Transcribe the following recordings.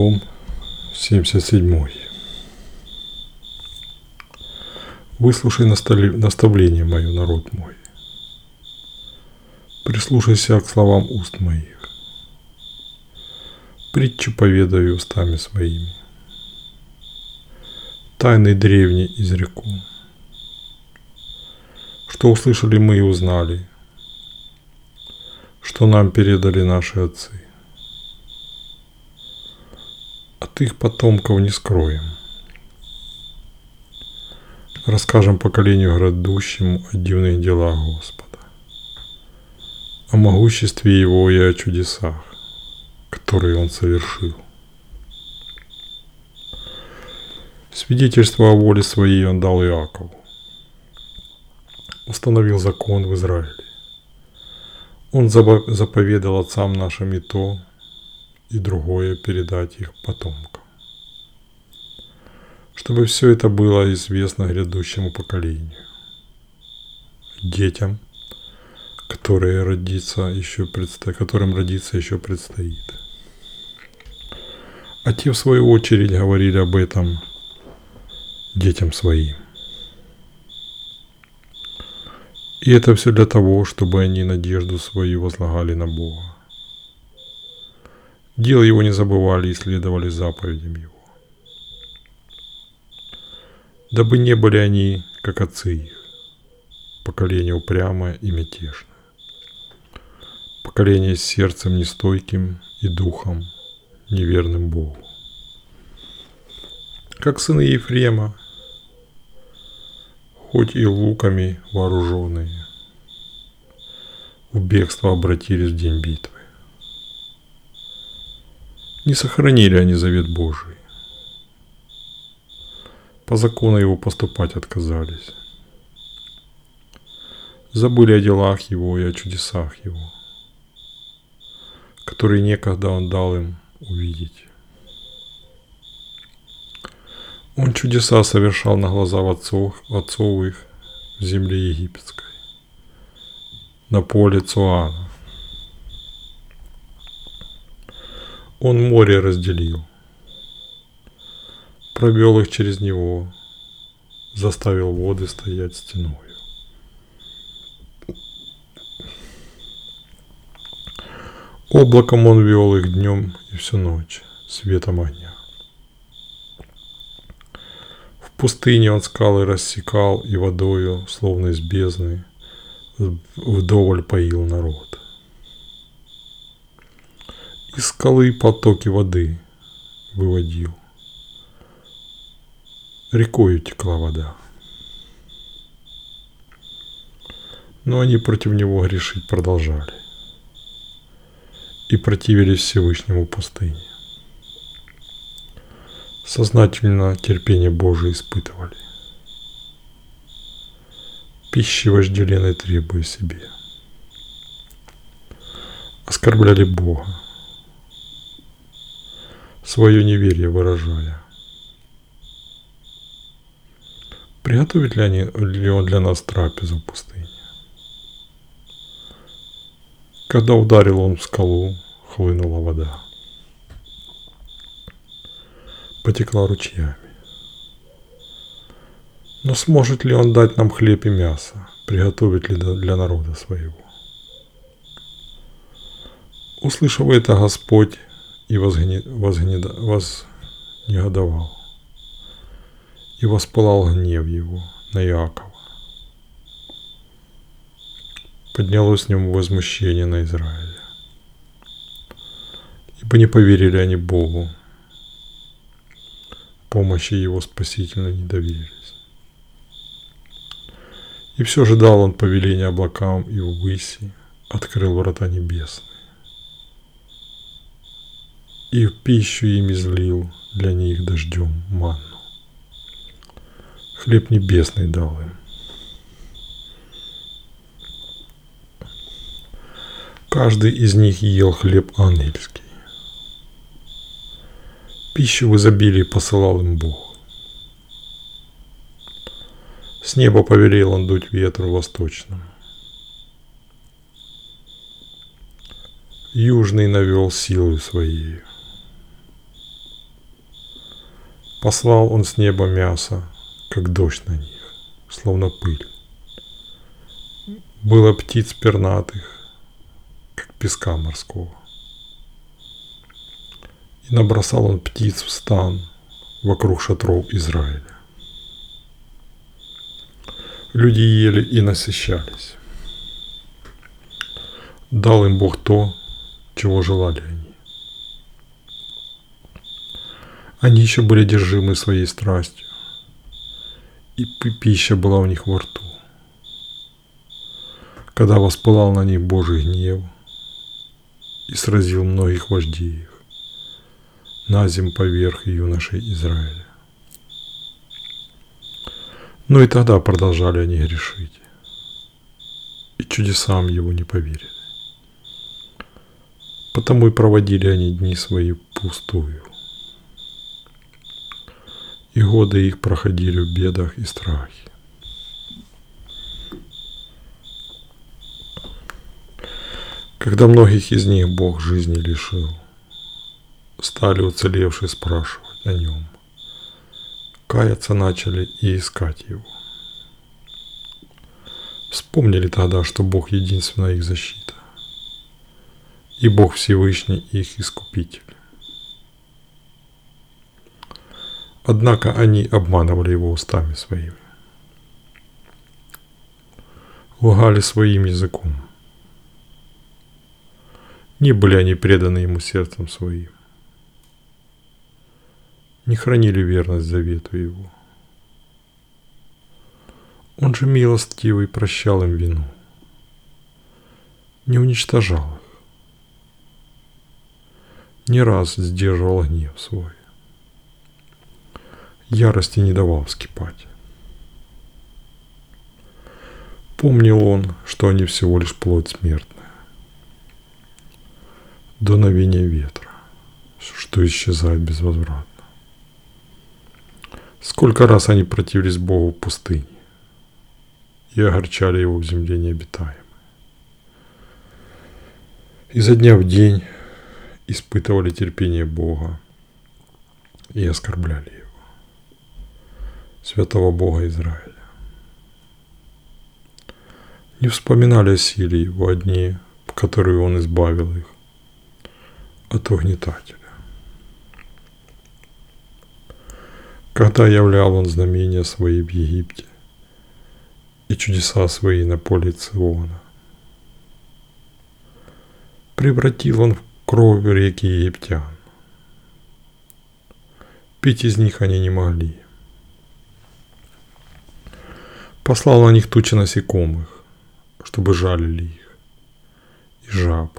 Псалом 77. Выслушай наставление мое, народ мой. Прислушайся к словам уст моих. Притчу поведаю устами своими. Тайны древней изреку. Что услышали мы и узнали, что нам передали наши отцы. От их потомков не скроем. Расскажем поколению грядущему о дивных делах Господа, о могуществе Его и о чудесах, которые Он совершил. Свидетельство о воле Своей Он дал Иакову, установил закон в Израиле. Он заповедал отцам нашим и то, и другое передать их потомкам, чтобы все это было известно грядущему поколению, детям, которым родиться еще предстоит. А те, в свою очередь, говорили об этом детям своим. И это все для того, чтобы они надежду свою возлагали на Бога. Дел Его не забывали и следовали заповедям Его. Дабы не были они, как отцы их, поколение упрямое и мятежное, поколение с сердцем нестойким и духом неверным Богу. Как сыны Ефрема, хоть и луками вооруженные, в бегство обратились в день битвы. Не сохранили они завет Божий. По закону Его поступать отказались. Забыли о делах Его и о чудесах Его, которые некогда Он дал им увидеть. Он чудеса совершал на глазах отцов их в земле египетской, на поле Цоана. Он море разделил, провел их через него, заставил воды стоять стеною. Облаком Он вел их днем и всю ночь, светом огня. В пустыне Он скалы рассекал и водою, словно из бездны, вдоволь поил народ. Из скалы потоки воды выводил. Рекою текла вода. Но они против Него грешить продолжали и противились Всевышнему пустыне. Сознательно терпение Божие испытывали. Пищи вожделенной требуя себе. Оскорбляли Бога, свое неверие выражая. Приготовит ли Он для нас трапезу в пустыне? Когда ударил Он в скалу, хлынула вода, потекла ручьями. Но сможет ли Он дать нам хлеб и мясо, приготовить ли для народа своего? Услышав это, Господь и вознегодовал, и воспылал гнев Его на Иакова. Поднялось с ним возмущение на Израиле, ибо не поверили они Богу, помощи Его спасительно не доверились. И все же дал Он повеление облакам и ввыси, открыл врата небесные, и в пищу им излил для них дождем манну. Хлеб небесный дал им. Каждый из них ел хлеб ангельский. Пищу в изобилии посылал им Бог. С неба повелел Он дуть ветру восточному. Южный навел силою своей. Послал он с неба мясо, как дождь на них, словно пыль. Было птиц пернатых, как песка морского. И набросал он птиц в стан вокруг шатров Израиля. Люди ели и насыщались. Дал им Бог то, чего желали они. Они еще были одержимы своей страстью, и пища была у них во рту. Когда воспылал на них Божий гнев и сразил многих вождей их наземь поверх юношей Израиля. Но и тогда продолжали они грешить, и чудесам его не поверили. Потому и проводили они дни свои пустую, и годы их проходили в бедах и страхе. Когда многих из них Бог жизни лишил, стали уцелевшие спрашивать о нем, каяться начали и искать его. Вспомнили тогда, что Бог единственная их защита, и Бог Всевышний их Искупитель. Однако они обманывали его устами своими, лгали своим языком. Не были они преданы ему сердцем своим, не хранили верность завету его. Он же милостивый прощал им вину, не уничтожал их, не раз сдерживал гнев свой, ярости не давал вскипать. Помнил он, что они всего лишь плоть смертная, дуновение ветра, что исчезает безвозвратно. Сколько раз они противились Богу в пустыне и огорчали его в земле необитаемой. Изо дня в день испытывали терпение Бога и оскорбляли его, святого Бога Израиля. Не вспоминали о силе его, о дне, в которые он избавил их от угнетателя. Когда являл он знамения свои в Египте и чудеса свои на поле Циона, превратил он в кровь реки египтян. Пить из них они не могли. Послал на них тучи насекомых, чтобы жалили их, и жаб,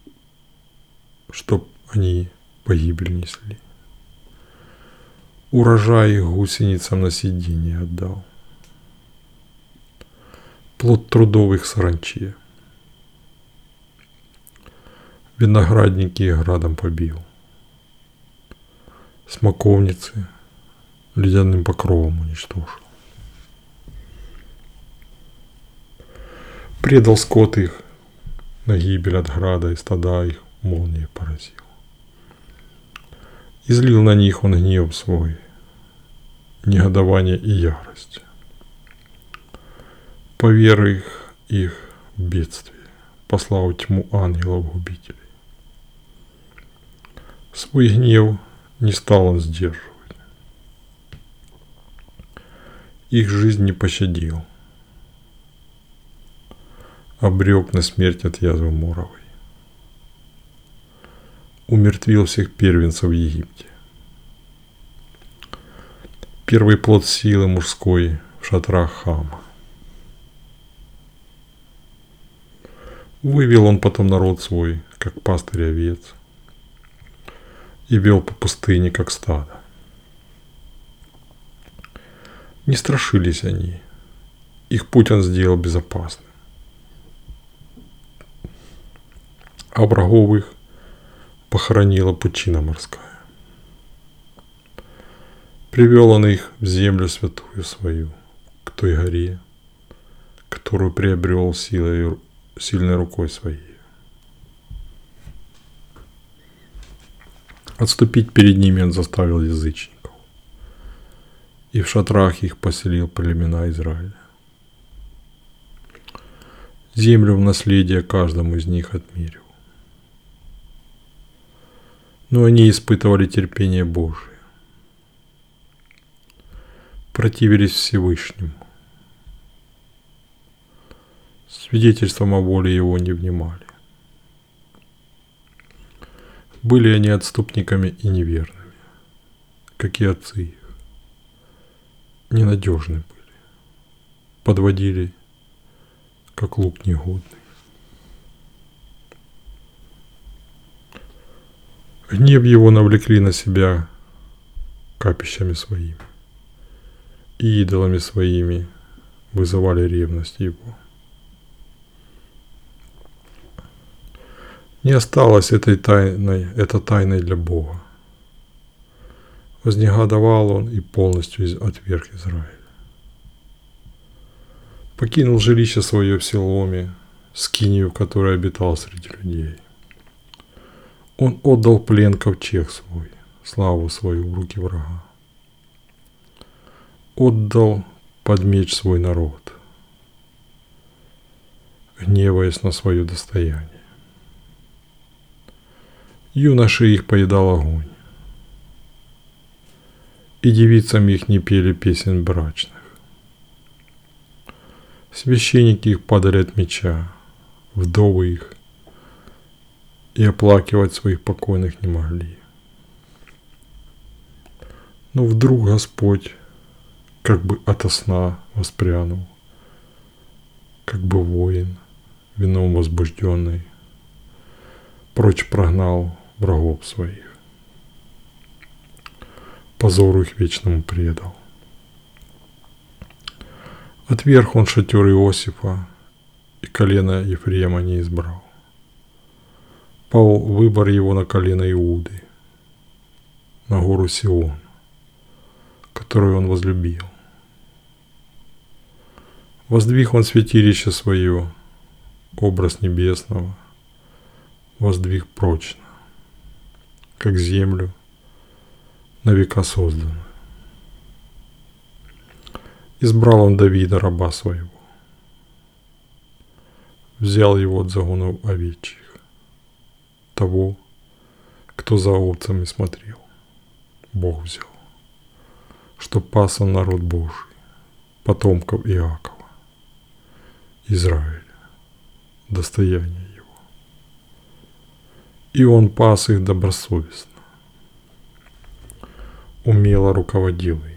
чтоб они погибель несли. Урожай их гусеницам на съедение отдал, плод трудов их саранче. Виноградники их градом побил, смоковницы ледяным покровом уничтожил. Предал скот их на гибель от града, и стада их молнией поразил. Излил на них он гнев свой, негодование и ярость. Поверг их в бедствие, послал тьму ангелов-губителей. Свой гнев не стал он сдерживать, их жизнь не пощадил, обрек на смерть от язвы моровой. Умертвил всех первенцев в Египте. Первый плод силы мужской в шатрах Хама. Вывел он потом народ свой, как пастырь овец, и вел по пустыне, как стадо. Не страшились они, их путь он сделал безопасным. А врагов их похоронила пучина морская. Привел он их в землю святую свою, к той горе, которую приобрел сильной рукой своей. Отступить перед ними он заставил язычников, и в шатрах их поселил племена Израиля. Землю в наследие каждому из них отмерил. Но они испытывали терпение Божие, противились Всевышнему, свидетельством о воле Его не внимали. Были они отступниками и неверными, как и отцы их. Ненадежны были, подводили, как лук негодный. Гнев его навлекли на себя капищами своими, и идолами своими вызывали ревность его. Не осталось это тайной для Бога. Вознегодовал он и полностью отверг Израиль. Покинул жилище свое в Силоме, скинию, в которой обитал среди людей. Он отдал в плен ковчег свой, славу свою в руки врага. Отдал под меч свой народ, гневаясь на свое достояние. Юноши их поедал огонь, и девицам их не пели песен брачных. Священники их падали от меча, вдовы их, и оплакивать своих покойных не могли. Но вдруг Господь, как бы ото сна воспрянул, как бы воин, вином возбужденный, прочь прогнал врагов своих, позору их вечному предал. Отверг он шатер Иосифа, и колено Ефрема не избрал. Пал выбор его на колено Иуды, на гору Сион, которую он возлюбил. Воздвиг он святилище свое, образ небесного, воздвиг прочно, как землю, на века созданную. Избрал он Давида, раба своего, взял его от загонов овечьих, того, кто за овцами смотрел, Бог взял, чтоб пас он народ Божий, потомков Иакова, Израиля, достояние его. И он пас их добросовестно, умело руководил ими.